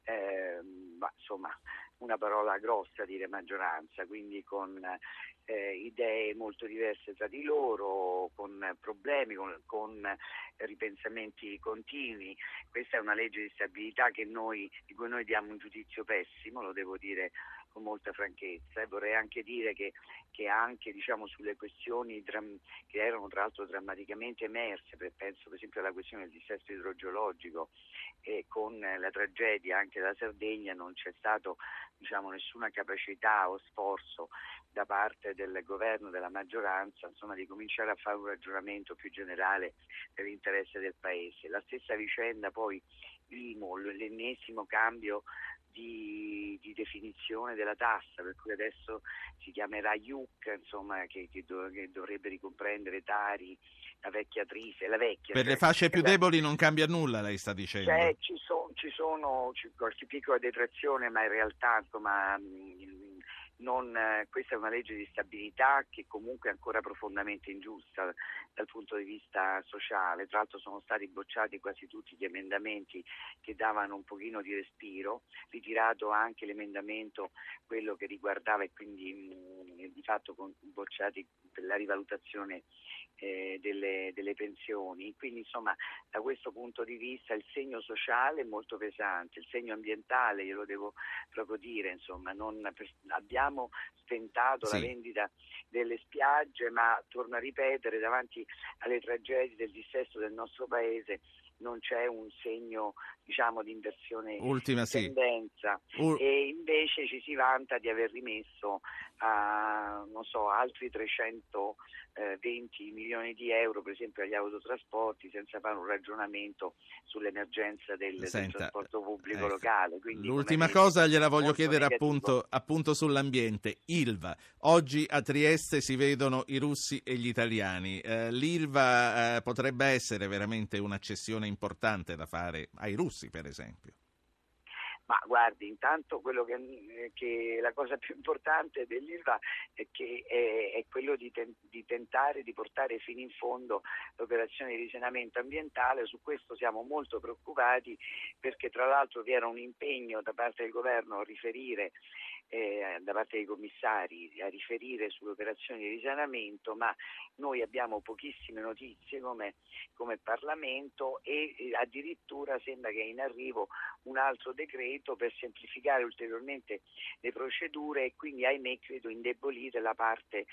una parola grossa dire maggioranza, quindi con idee molto diverse tra di loro, con problemi, con ripensamenti continui. Questa è una legge di stabilità di cui noi diamo un giudizio pessimo, lo devo dire con molta franchezza, e vorrei anche dire che anche sulle questioni che erano tra l'altro drammaticamente emerse, penso per esempio alla questione del dissesto idrogeologico, e con la tragedia anche della Sardegna non c'è stato nessuna capacità o sforzo da parte del governo, della maggioranza, di cominciare a fare un ragionamento più generale per l'interesse del Paese. La stessa vicenda poi l'IMU, l'ennesimo cambio di definizione della tassa, per cui adesso si chiamerà IUC, che dovrebbe ricomprendere Tari, la vecchia Trise, per le fasce più deboli non cambia nulla, lei sta dicendo? Ci sono qualche piccola detrazione, ma in realtà questa è una legge di stabilità che comunque è ancora profondamente ingiusta dal punto di vista sociale. Tra l'altro sono stati bocciati quasi tutti gli emendamenti che davano un pochino di respiro, ritirato anche l'emendamento, quello che riguardava, e quindi di fatto bocciati la rivalutazione delle pensioni. Quindi insomma, da questo punto di vista il segno sociale è molto pesante, il segno ambientale, io lo devo proprio dire, insomma, abbiamo stentato la vendita delle spiagge, ma torno a ripetere, davanti alle tragedie del dissesto del nostro paese non c'è un segno, diciamo, di inversione di tendenza, e invece ci si vanta di aver rimesso altri 320 milioni di euro, per esempio agli autotrasporti, senza fare un ragionamento sull'emergenza del trasporto pubblico locale. Quindi, l'ultima cosa gliela voglio chiedere appunto sull'ambiente. Ilva, oggi a Trieste si vedono i russi e gli italiani. L'Ilva potrebbe essere veramente un'accessione importante da fare ai russi, per esempio. Ma guardi, intanto quello che la cosa più importante dell'Ilva è che è quello di tentare di portare fino in fondo l'operazione di risanamento ambientale. Su questo siamo molto preoccupati, perché tra l'altro vi era un impegno da parte del governo a riferire, da parte dei commissari, a riferire sulle operazioni di risanamento, ma noi abbiamo pochissime notizie come Parlamento, e addirittura sembra che è in arrivo un altro decreto per semplificare ulteriormente le procedure e quindi, ahimè, credo indebolire la parte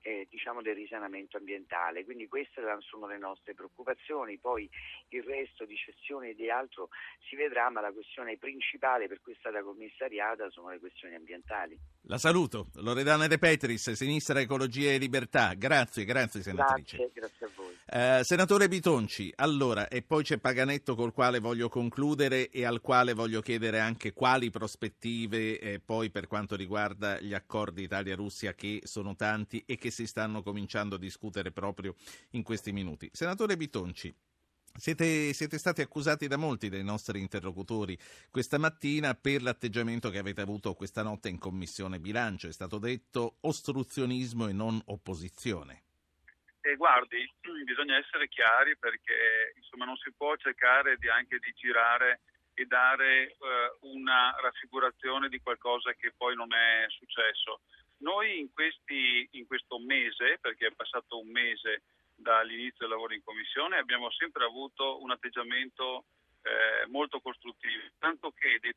del risanamento ambientale. Quindi queste sono le nostre preoccupazioni. Poi il resto di cessione e di altro si vedrà, ma la questione principale per cui è stata commissariata sono le questioni ambientali. La saluto, Loredana De Petris, Sinistra, Ecologia e Libertà. Grazie senatrice. Grazie a voi. Senatore Bitonci, allora, e poi c'è Paganetto col quale voglio concludere e al quale voglio chiedere anche quali prospettive poi per quanto riguarda gli accordi Italia-Russia, che sono tanti e che si stanno cominciando a discutere proprio in questi minuti. Senatore Bitonci, siete stati accusati da molti dei nostri interlocutori questa mattina per l'atteggiamento che avete avuto questa notte in Commissione Bilancio. È stato detto ostruzionismo e non opposizione. Guardi, bisogna essere chiari, perché insomma non si può cercare anche di girare e dare una raffigurazione di qualcosa che poi non è successo. Noi in questo mese, perché è passato un mese dall'inizio del lavoro in Commissione, abbiamo sempre avuto un atteggiamento molto costruttivo, tanto che dei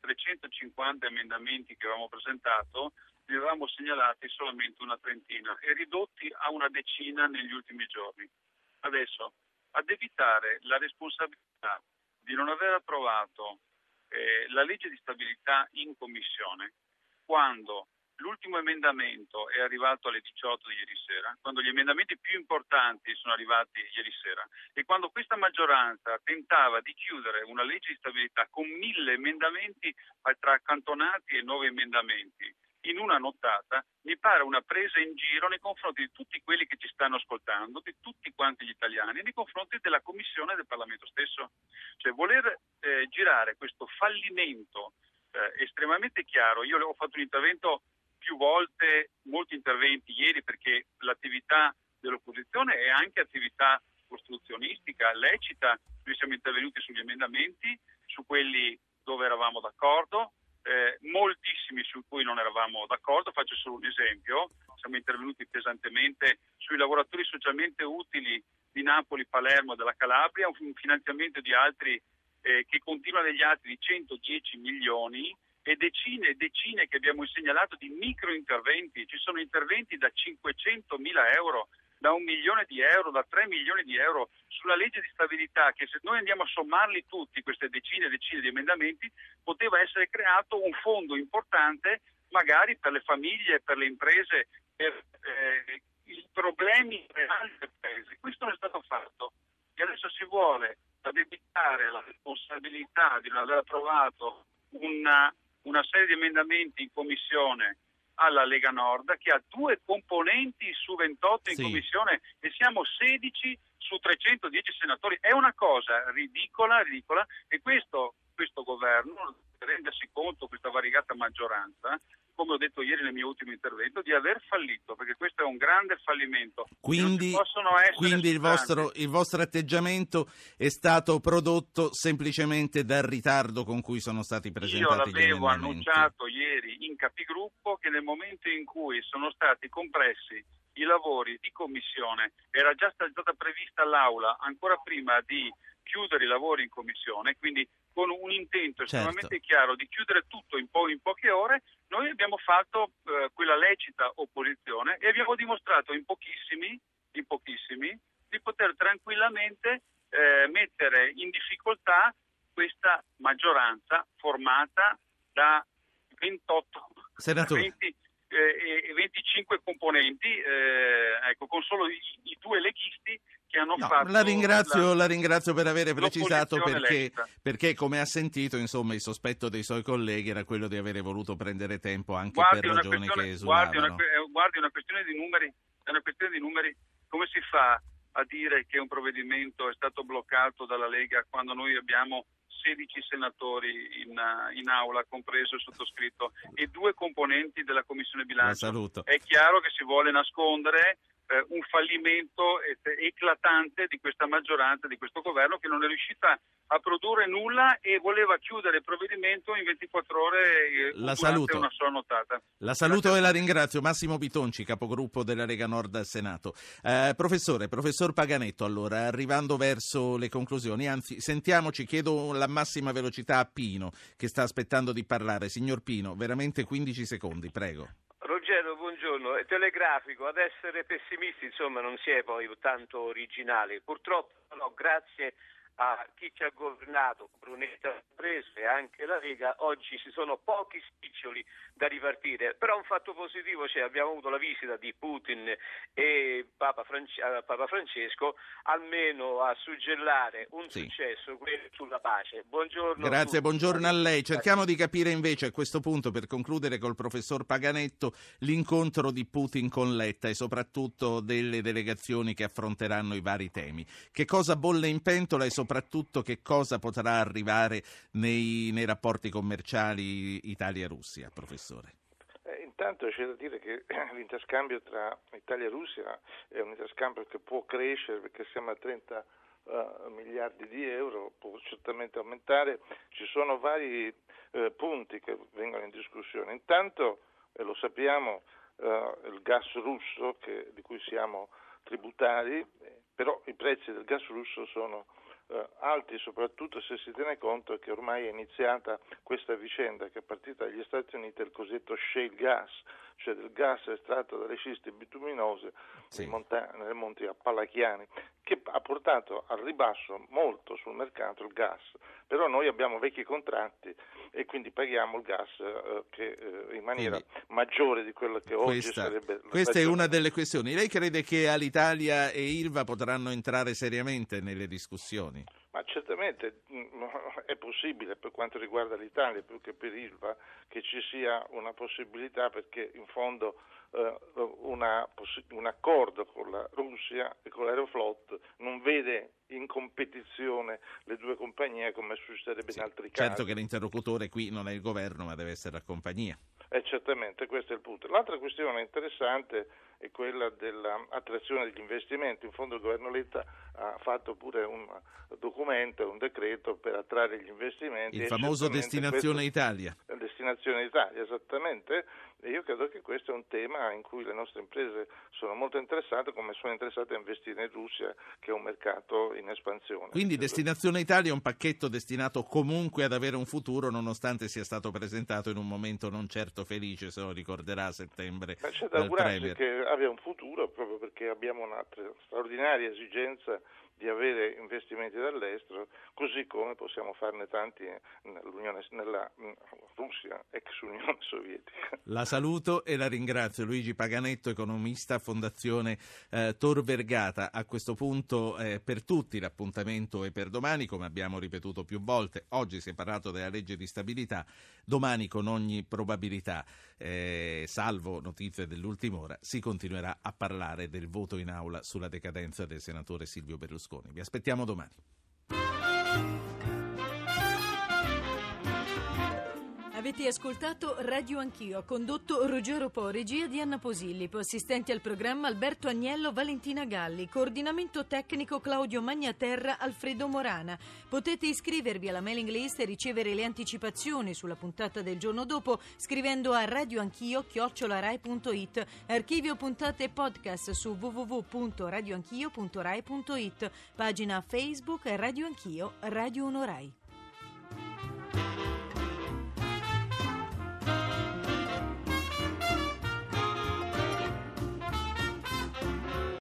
350 emendamenti che avevamo presentato ne avevamo segnalati solamente una trentina e ridotti a una decina negli ultimi giorni. Adesso, ad evitare la responsabilità di non aver approvato la legge di stabilità in Commissione, quando l'ultimo emendamento è arrivato alle 18 di ieri sera, quando gli emendamenti più importanti sono arrivati ieri sera, e quando questa maggioranza tentava di chiudere una legge di stabilità con 1000 emendamenti tra accantonati e nuovi emendamenti in una nottata, mi pare una presa in giro nei confronti di tutti quelli che ci stanno ascoltando, di tutti quanti gli italiani, e nei confronti della Commissione e del Parlamento stesso. Cioè, voler girare questo fallimento estremamente chiaro. Io ho fatto un intervento più volte, molti interventi ieri, perché l'attività dell'opposizione è anche attività ostruzionistica, lecita. Noi siamo intervenuti sugli emendamenti, su quelli dove eravamo d'accordo, moltissimi su cui non eravamo d'accordo. Faccio solo un esempio: siamo intervenuti pesantemente sui lavoratori socialmente utili di Napoli, Palermo e della Calabria, un finanziamento di altri che continua negli altri di 110 milioni, e decine e decine che abbiamo segnalato di microinterventi. Ci sono interventi da 500.000 euro, da 1 milione di euro, da 3 milioni di euro sulla legge di stabilità, che se noi andiamo a sommarli tutti, queste decine e decine di emendamenti, poteva essere creato un fondo importante magari per le famiglie, per le imprese, per i problemi reali del paese. Questo non è stato fatto, e adesso si vuole addebitare la responsabilità di non aver approvato una serie di emendamenti in Commissione alla Lega Nord, che ha 2 componenti su 28 in Commissione, e siamo 16 su 310 senatori. È una cosa ridicola, e questo governo, rendersi conto, questa variegata maggioranza, come ho detto ieri nel mio ultimo intervento, di aver fallito, perché questo è un grande fallimento. Quindi il vostro atteggiamento è stato prodotto semplicemente dal ritardo con cui sono stati presentati gli emendamenti. Io l'avevo annunciato ieri in capigruppo che nel momento in cui sono stati compressi i lavori di commissione, era già stata prevista l'Aula ancora prima di chiudere i lavori in commissione, quindi con un intento estremamente chiaro di chiudere tutto in poche ore, noi abbiamo fatto quella lecita opposizione e abbiamo dimostrato in pochissimi di poter tranquillamente mettere in difficoltà questa maggioranza formata da 28 senatori. 25 componenti, con solo i due leghisti che hanno fatto. La ringrazio per aver precisato, perché come ha sentito, insomma, il sospetto dei suoi colleghi era quello di avere voluto prendere tempo anche per ragioni che esulavano. Guardi, una questione di numeri, come si fa a dire che un provvedimento è stato bloccato dalla Lega quando noi abbiamo 16 senatori in aula, compreso il sottoscritto, e 2 componenti della Commissione Bilancio? È chiaro che si vuole nascondere un fallimento eclatante di questa maggioranza, di questo governo, che non è riuscita a produrre nulla e voleva chiudere il provvedimento in 24 ore durante una sola nottata. La saluto e la ringrazio. Massimo Bitonci, capogruppo della Lega Nord al Senato. Professor Paganetto, allora, arrivando verso le conclusioni, anzi, sentiamoci, chiedo la massima velocità a Pino, che sta aspettando di parlare. Signor Pino, veramente 15 secondi, prego. Ruggero, buongiorno. È telegrafico, ad essere pessimisti, insomma, non si è poi tanto originali. Purtroppo, no, grazie a chi ci ha governato, Brunetta preso e anche la Lega, oggi ci sono pochi spiccioli da ripartire. Però un fatto positivo c'è, abbiamo avuto la visita di Putin e Papa Francesco, almeno a suggellare un successo, quello sulla pace. Buongiorno. Grazie, buongiorno a lei. Cerchiamo di capire invece a questo punto, per concludere col professor Paganetto, l'incontro di Putin con Letta e soprattutto delle delegazioni che affronteranno i vari temi. Che cosa bolle in pentola e soprattutto che cosa potrà arrivare nei rapporti commerciali Italia-Russia, professore? Intanto c'è da dire che l'interscambio tra Italia e Russia è un interscambio che può crescere, perché siamo a 30 miliardi di euro, può certamente aumentare. Ci sono vari punti che vengono in discussione. Intanto, lo sappiamo, il gas russo di cui siamo tributari, però i prezzi del gas russo sono alti, soprattutto se si tiene conto che ormai è iniziata questa vicenda che è partita dagli Stati Uniti, il cosiddetto shale gas, cioè del gas estratto dalle scisti bituminose nelle monti appalachiani, che ha portato al ribasso molto sul mercato il gas. Però noi abbiamo vecchi contratti e quindi paghiamo il gas in maniera maggiore di quello che oggi sarebbe. Questa è una delle questioni. Lei crede che Alitalia e Ilva potranno entrare seriamente nelle discussioni? Ma certamente è possibile, per quanto riguarda l'Italia più che per Ilva, che ci sia una possibilità, perché in fondo un accordo con la Russia e con l'Aeroflot non vede in competizione le due compagnie come succederebbe in altri casi. Certo che l'interlocutore qui non è il governo, ma deve essere la compagnia. Certamente, questo è il punto. L'altra questione interessante è quella dell'attrazione degli investimenti. In fondo il governo Letta ha fatto pure un documento, un decreto per attrarre gli investimenti. Il famoso Destinazione Italia. Destinazione Italia, esattamente. E io credo che questo è un tema in cui le nostre imprese sono molto interessate, come sono interessate a investire in Russia, che è un mercato in espansione. Quindi Destinazione Italia è un pacchetto destinato comunque ad avere un futuro, nonostante sia stato presentato in un momento non certo felice, se lo ricorderà a settembre. C'è da augurarsi che abbia un futuro, proprio perché abbiamo una straordinaria esigenza di avere investimenti dall'estero, così come possiamo farne tanti nella Russia, ex Unione Sovietica. La saluto e la ringrazio. Luigi Paganetto, economista, Fondazione Tor Vergata. A questo punto per tutti l'appuntamento è per domani, come abbiamo ripetuto più volte. Oggi si è parlato della legge di stabilità, domani con ogni probabilità, salvo notizie dell'ultima ora, si continuerà a parlare del voto in aula sulla decadenza del senatore Silvio Berlusconi. Vi aspettiamo domani. Avete ascoltato Radio Anch'io, condotto Ruggero Po, regia di Anna Posillipo, assistenti al programma Alberto Agnello, Valentina Galli, coordinamento tecnico Claudio Magnaterra, Alfredo Morana. Potete iscrivervi alla mailing list e ricevere le anticipazioni sulla puntata del giorno dopo scrivendo a radioanchio@rai.it, archivio puntate e podcast su www.radioanchio.rai.it, pagina Facebook Radio Anch'io, Radio 1 Rai.